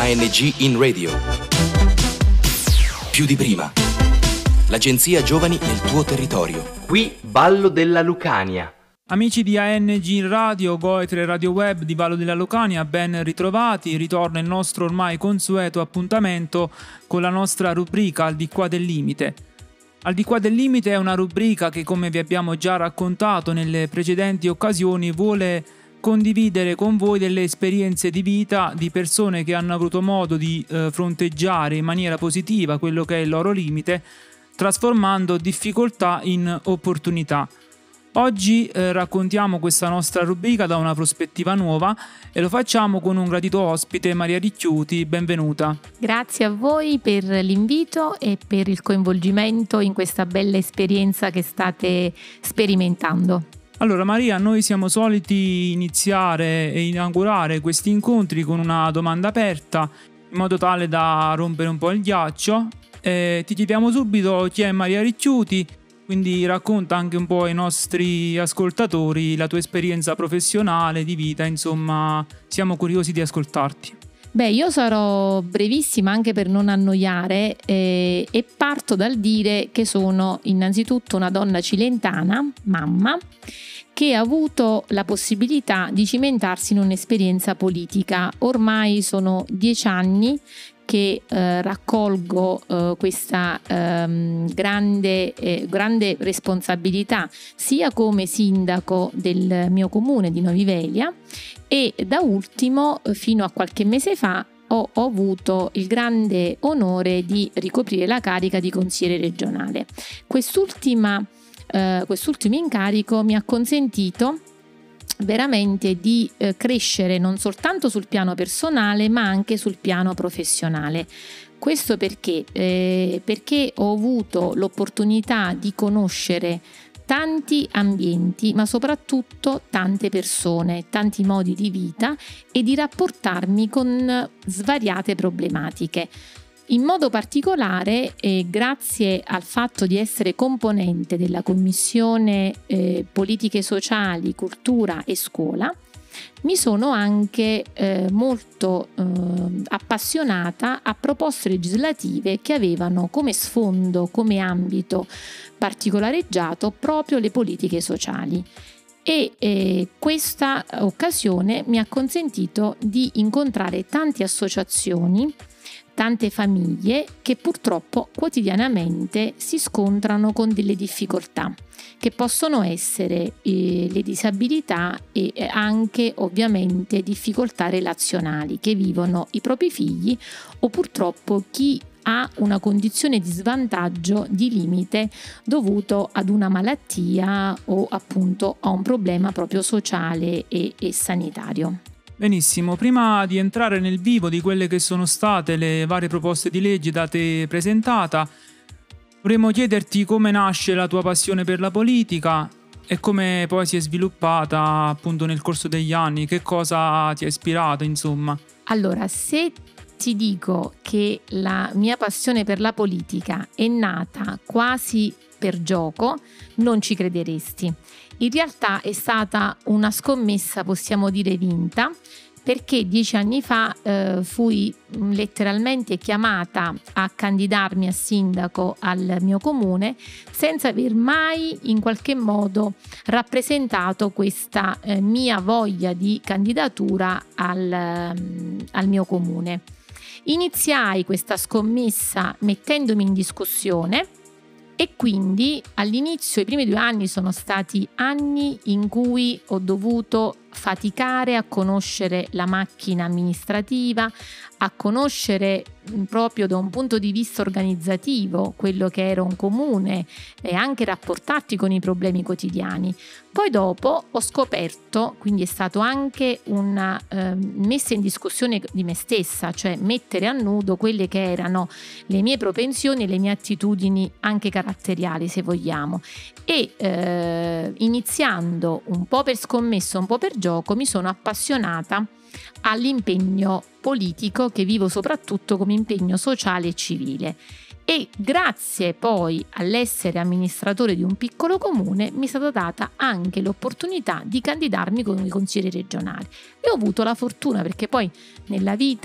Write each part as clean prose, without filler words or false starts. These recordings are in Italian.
ANG in Radio. Più di prima. L'agenzia Giovani nel tuo territorio. Qui Vallo della Lucania. Amici di ANG in Radio, Goetre Radio Web di Vallo della Lucania, ben ritrovati. Ritorna il nostro ormai consueto appuntamento con la nostra rubrica Al di qua del limite. Al di qua del limite è una rubrica che, come vi abbiamo già raccontato nelle precedenti occasioni, vuole condividere con voi delle esperienze di vita di persone che hanno avuto modo di fronteggiare in maniera positiva quello che è il loro limite, trasformando difficoltà in opportunità. Oggi raccontiamo questa nostra rubrica da una prospettiva nuova e lo facciamo con un gradito ospite, Maria Ricchiuti, benvenuta. Grazie a voi per l'invito e per il coinvolgimento in questa bella esperienza che state sperimentando. Allora Maria, noi siamo soliti iniziare e inaugurare questi incontri con una domanda aperta in modo tale da rompere un po' il ghiaccio. Ti chiediamo subito chi è Maria Ricchiuti. Quindi racconta anche un po' ai nostri ascoltatori la tua esperienza professionale, di vita, insomma, siamo curiosi di ascoltarti. Beh, io sarò brevissima anche per non annoiare e parto dal dire che sono innanzitutto una donna cilentana, mamma, che ha avuto la possibilità di cimentarsi in un'esperienza politica. Ormai sono 10 anni che raccolgo questa grande responsabilità sia come sindaco del mio comune di Novi Velia e da ultimo fino a qualche mese fa ho avuto il grande onore di ricoprire la carica di consigliere regionale. Quest'ultimo incarico mi ha consentito veramente di crescere non soltanto sul piano personale ma anche sul piano professionale. Questo perché ho avuto l'opportunità di conoscere tanti ambienti, ma soprattutto tante persone, tanti modi di vita e di rapportarmi con svariate problematiche. In modo particolare, grazie al fatto di essere componente della Commissione Politiche Sociali, Cultura e Scuola, mi sono anche molto appassionata a proposte legislative che avevano come sfondo, come ambito particolareggiato proprio le politiche sociali. E questa occasione mi ha consentito di incontrare tante associazioni, tante famiglie che purtroppo quotidianamente si scontrano con delle difficoltà che possono essere le disabilità e anche ovviamente difficoltà relazionali che vivono i propri figli o purtroppo chi ha una condizione di svantaggio, di limite dovuto ad una malattia o appunto a un problema proprio sociale e sanitario. Benissimo, prima di entrare nel vivo di quelle che sono state le varie proposte di legge da te presentata, vorremmo chiederti come nasce la tua passione per la politica e come poi si è sviluppata appunto nel corso degli anni, che cosa ti ha ispirato, insomma. Allora, se ti dico che la mia passione per la politica è nata quasi per gioco, non ci crederesti. In realtà è stata una scommessa, possiamo dire, vinta, perché 10 anni fa fui letteralmente chiamata a candidarmi a sindaco al mio comune senza aver mai in qualche modo rappresentato questa mia voglia di candidatura al mio comune. Iniziai questa scommessa mettendomi in discussione e quindi all'inizio, i primi 2 anni sono stati anni in cui ho dovuto faticare a conoscere la macchina amministrativa, a conoscere proprio da un punto di vista organizzativo quello che era un comune e anche rapportarti con i problemi quotidiani. Poi dopo ho scoperto, quindi è stato anche una messa in discussione di me stessa, cioè mettere a nudo quelle che erano le mie propensioni e le mie attitudini anche caratteriali, se vogliamo. E iniziando un po' per scommessa, un po' per gioco, mi sono appassionata all'impegno politico che vivo soprattutto come impegno sociale e civile. E grazie poi all'essere amministratore di un piccolo comune mi è stata data anche l'opportunità di candidarmi come consigliere regionale e ho avuto la fortuna, perché poi nella vita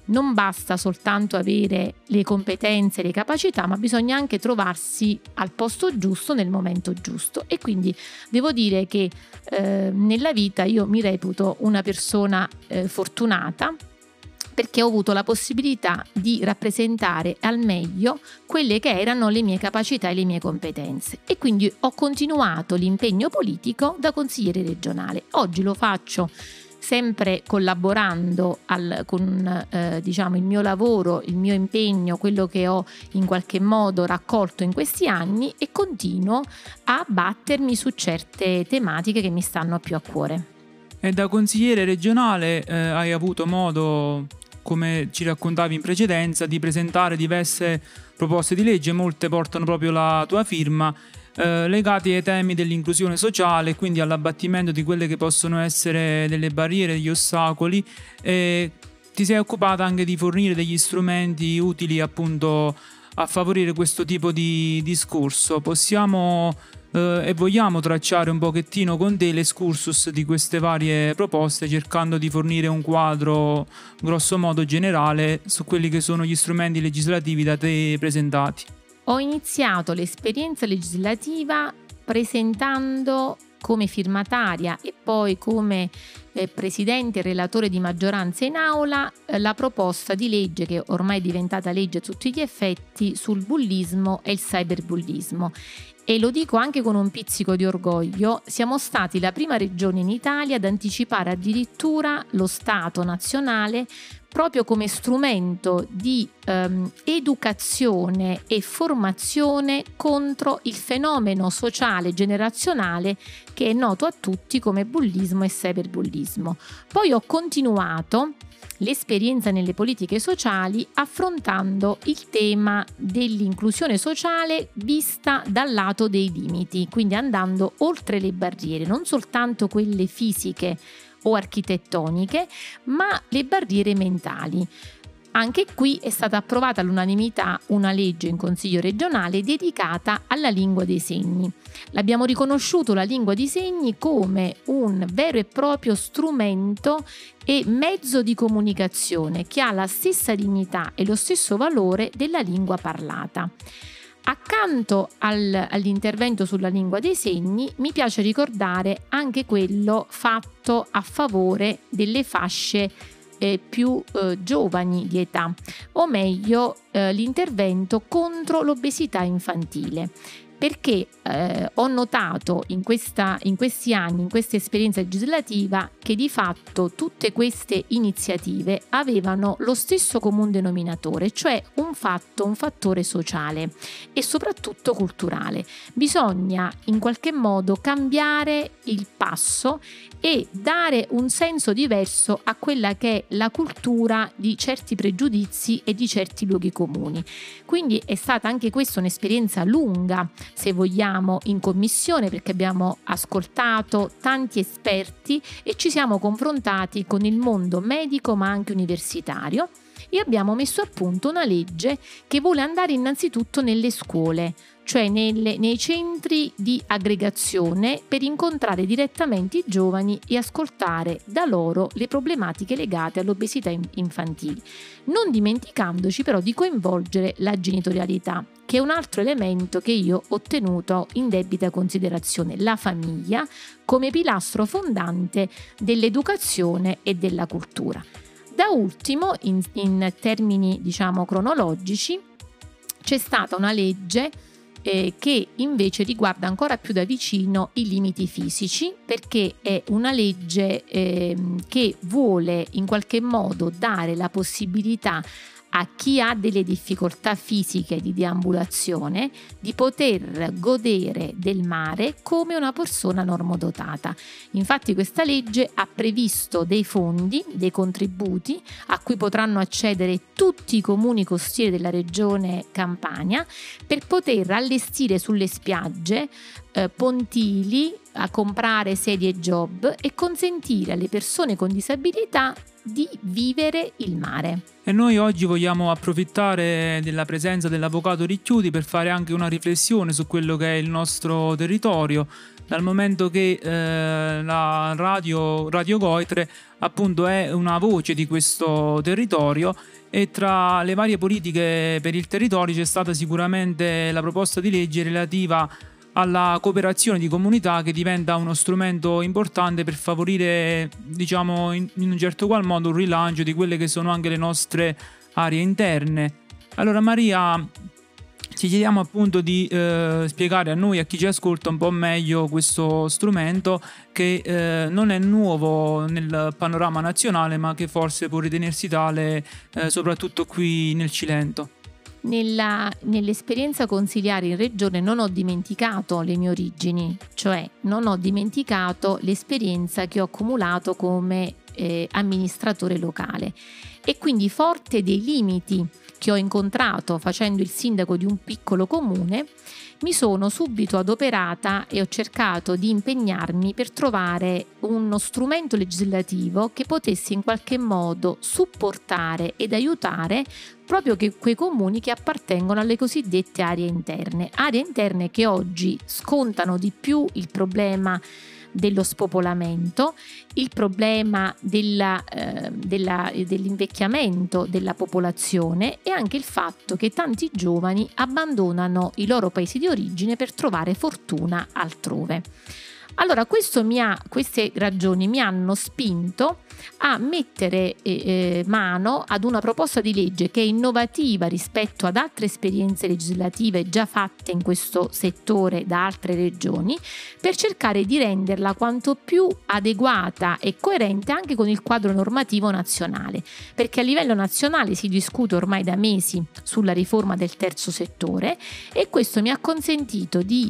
non basta soltanto avere le competenze e le capacità, ma bisogna anche trovarsi al posto giusto nel momento giusto. E quindi devo dire che nella vita io mi reputo una persona fortunata, perché ho avuto la possibilità di rappresentare al meglio quelle che erano le mie capacità e le mie competenze, e quindi ho continuato l'impegno politico da consigliere regionale. Oggi lo faccio sempre collaborando con il mio lavoro, il mio impegno, quello che ho in qualche modo raccolto in questi anni, e continuo a battermi su certe tematiche che mi stanno più a cuore. E da consigliere regionale hai avuto modo, come ci raccontavi in precedenza, di presentare diverse proposte di legge, molte portano proprio la tua firma, legati ai temi dell'inclusione sociale, quindi all'abbattimento di quelle che possono essere delle barriere, degli ostacoli, e ti sei occupata anche di fornire degli strumenti utili appunto a favorire questo tipo di discorso. Possiamo e vogliamo tracciare un pochettino con te l'escursus di queste varie proposte, cercando di fornire un quadro grosso modo generale su quelli che sono gli strumenti legislativi da te presentati. Ho iniziato l'esperienza legislativa presentando come firmataria e poi come presidente e relatore di maggioranza in aula la proposta di legge, che ormai è diventata legge a tutti gli effetti, sul bullismo e il cyberbullismo. E lo dico anche con un pizzico di orgoglio: siamo stati la prima regione in Italia ad anticipare addirittura lo Stato nazionale proprio come strumento di educazione e formazione contro il fenomeno sociale generazionale che è noto a tutti come bullismo e cyberbullismo. Poi ho continuato l'esperienza nelle politiche sociali affrontando il tema dell'inclusione sociale vista dal lato dei limiti, quindi andando oltre le barriere, non soltanto quelle fisiche o architettoniche, ma le barriere mentali. Anche qui è stata approvata all'unanimità una legge in Consiglio regionale dedicata alla lingua dei segni. L'abbiamo riconosciuto la lingua dei segni come un vero e proprio strumento e mezzo di comunicazione che ha la stessa dignità e lo stesso valore della lingua parlata. Accanto all'intervento sulla lingua dei segni mi piace ricordare anche quello fatto a favore delle fasce più giovani di età, o meglio l'intervento contro l'obesità infantile. Perché ho notato in questi anni, in questa esperienza legislativa, che di fatto tutte queste iniziative avevano lo stesso comune denominatore, cioè un fattore sociale e soprattutto culturale. Bisogna in qualche modo cambiare il passo e dare un senso diverso a quella che è la cultura di certi pregiudizi e di certi luoghi comuni. Quindi è stata anche questa un'esperienza lunga, se vogliamo, in commissione, perché abbiamo ascoltato tanti esperti e ci siamo confrontati con il mondo medico ma anche universitario, e abbiamo messo a punto una legge che vuole andare innanzitutto nelle scuole, cioè nei centri di aggregazione, per incontrare direttamente i giovani e ascoltare da loro le problematiche legate all'obesità infantile, non dimenticandoci però di coinvolgere la genitorialità, che è un altro elemento che io ho tenuto in debita considerazione, la famiglia come pilastro fondante dell'educazione e della cultura. Da ultimo, in termini cronologici, c'è stata una legge che invece riguarda ancora più da vicino i limiti fisici, perché è una legge che vuole in qualche modo dare la possibilità a chi ha delle difficoltà fisiche di deambulazione di poter godere del mare come una persona normodotata. Infatti questa legge ha previsto dei fondi, dei contributi a cui potranno accedere tutti i comuni costieri della regione Campania per poter allestire sulle spiagge pontili, a comprare sedie e job e consentire alle persone con disabilità di vivere il mare. E noi oggi vogliamo approfittare della presenza dell'avvocato Ricchiuti per fare anche una riflessione su quello che è il nostro territorio, dal momento che la Radio Goitre appunto è una voce di questo territorio, e tra le varie politiche per il territorio c'è stata sicuramente la proposta di legge relativa alla cooperazione di comunità, che diventa uno strumento importante per favorire, diciamo, in un certo qual modo un rilancio di quelle che sono anche le nostre aree interne. Allora Maria, ci chiediamo appunto di spiegare a noi, a chi ci ascolta, un po' meglio questo strumento che non è nuovo nel panorama nazionale, ma che forse può ritenersi tale soprattutto qui nel Cilento. Nell'esperienza consiliare in regione non ho dimenticato le mie origini, cioè non ho dimenticato l'esperienza che ho accumulato come amministratore locale, e quindi, forte dei limiti che ho incontrato facendo il sindaco di un piccolo comune, mi sono subito adoperata e ho cercato di impegnarmi per trovare uno strumento legislativo che potesse in qualche modo supportare ed aiutare proprio quei comuni che appartengono alle cosiddette aree interne che oggi scontano di più il problema dello spopolamento, il problema dell'invecchiamento della popolazione, e anche il fatto che tanti giovani abbandonano i loro paesi di origine per trovare fortuna altrove. Allora queste ragioni mi hanno spinto a mettere mano ad una proposta di legge che è innovativa rispetto ad altre esperienze legislative già fatte in questo settore da altre regioni, per cercare di renderla quanto più adeguata e coerente anche con il quadro normativo nazionale, perché a livello nazionale si discute ormai da mesi sulla riforma del terzo settore, e questo mi ha consentito di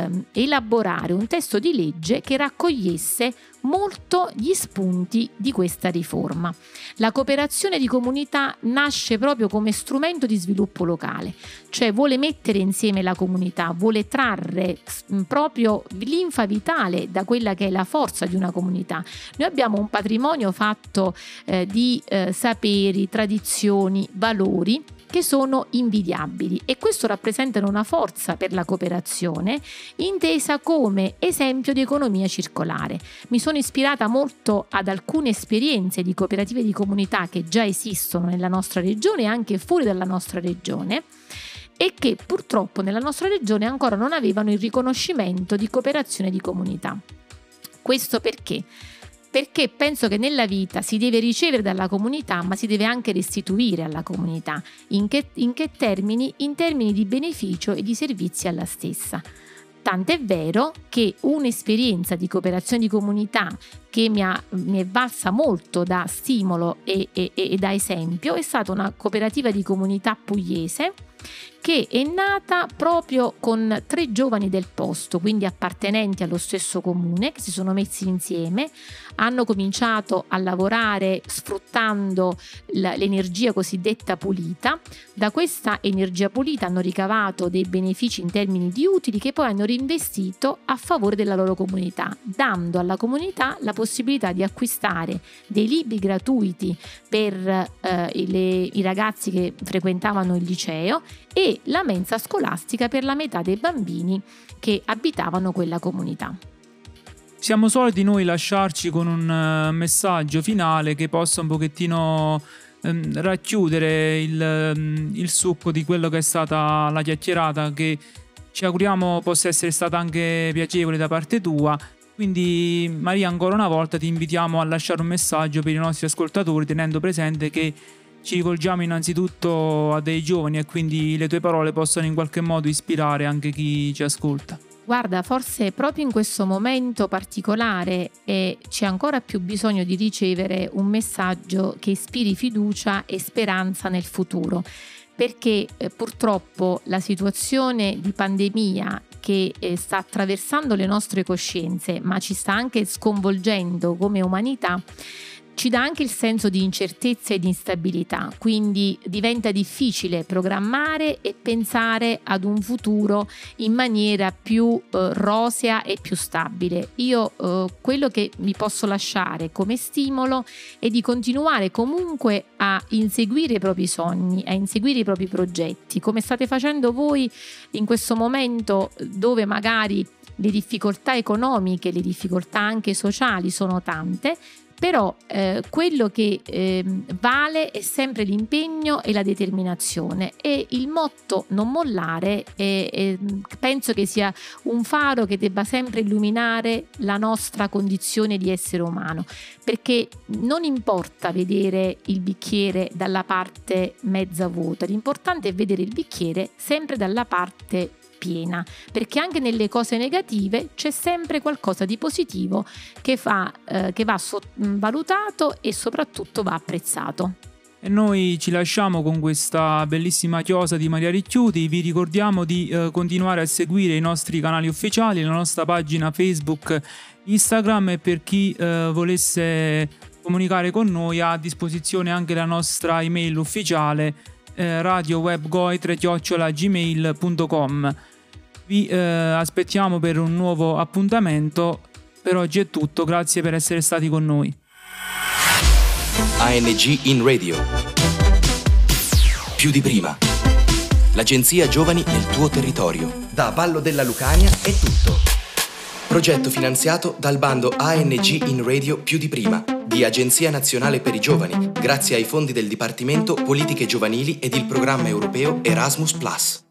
elaborare un testo di legge che raccogliesse molto gli spunti di questa riforma. La cooperazione di comunità nasce proprio come strumento di sviluppo locale, cioè vuole mettere insieme la comunità, vuole trarre proprio linfa vitale da quella che è la forza di una comunità. Noi abbiamo un patrimonio fatto di saperi, tradizioni, valori che sono invidiabili, e questo rappresenta una forza per la cooperazione intesa come esempio di economia circolare. Mi sono ispirata molto ad alcune esperienze di cooperative di comunità che già esistono nella nostra regione e anche fuori dalla nostra regione, e che purtroppo nella nostra regione ancora non avevano il riconoscimento di cooperazione di comunità. Questo perché penso che nella vita si deve ricevere dalla comunità, ma si deve anche restituire alla comunità. In che termini? In termini di beneficio e di servizi alla stessa. Tant'è vero che un'esperienza di cooperazione di comunità che mi è valsa molto da stimolo e da esempio è stata una cooperativa di comunità pugliese, che è nata proprio con 3 giovani del posto, quindi appartenenti allo stesso comune, che si sono messi insieme, hanno cominciato a lavorare sfruttando l'energia cosiddetta pulita. Da questa energia pulita hanno ricavato dei benefici in termini di utili che poi hanno reinvestito a favore della loro comunità, dando alla comunità la possibilità di acquistare dei libri gratuiti per i ragazzi che frequentavano il liceo e la mensa scolastica per la metà dei bambini che abitavano quella comunità. Siamo soliti noi lasciarci con un messaggio finale che possa un pochettino racchiudere il succo di quello che è stata la chiacchierata, che ci auguriamo possa essere stata anche piacevole da parte tua. Quindi Maria, ancora una volta ti invitiamo a lasciare un messaggio per i nostri ascoltatori, tenendo presente che ci rivolgiamo innanzitutto a dei giovani, e quindi le tue parole possono in qualche modo ispirare anche chi ci ascolta. Guarda, forse proprio in questo momento particolare c'è ancora più bisogno di ricevere un messaggio che ispiri fiducia e speranza nel futuro, perché purtroppo la situazione di pandemia che sta attraversando le nostre coscienze, ma ci sta anche sconvolgendo come umanità, ci dà anche il senso di incertezza e di instabilità, quindi diventa difficile programmare e pensare ad un futuro in maniera più rosea e più stabile. Io quello che vi posso lasciare come stimolo è di continuare comunque a inseguire i propri sogni, a inseguire i propri progetti, come state facendo voi in questo momento, dove magari le difficoltà economiche, le difficoltà anche sociali sono tante, però quello che vale è sempre l'impegno e la determinazione, e il motto non mollare penso che sia un faro che debba sempre illuminare la nostra condizione di essere umano, perché non importa vedere il bicchiere dalla parte mezza vuota, l'importante è vedere il bicchiere sempre dalla parte piena, perché anche nelle cose negative c'è sempre qualcosa di positivo che va valutato e soprattutto va apprezzato. E noi ci lasciamo con questa bellissima chiosa di Maria Ricchiuti. Vi ricordiamo di continuare a seguire i nostri canali ufficiali, la nostra pagina Facebook, Instagram, e per chi volesse comunicare con noi ha a disposizione anche la nostra email ufficiale radiowebgoitre@gmail.com. Vi aspettiamo per un nuovo appuntamento. Per oggi è tutto, grazie per essere stati con noi. ANG in Radio. Più di prima. L'agenzia giovani nel tuo territorio. Da Vallo della Lucania è tutto. Progetto finanziato dal bando ANG in Radio Più di prima di Agenzia Nazionale per i Giovani, grazie ai fondi del Dipartimento Politiche Giovanili ed il programma europeo Erasmus+.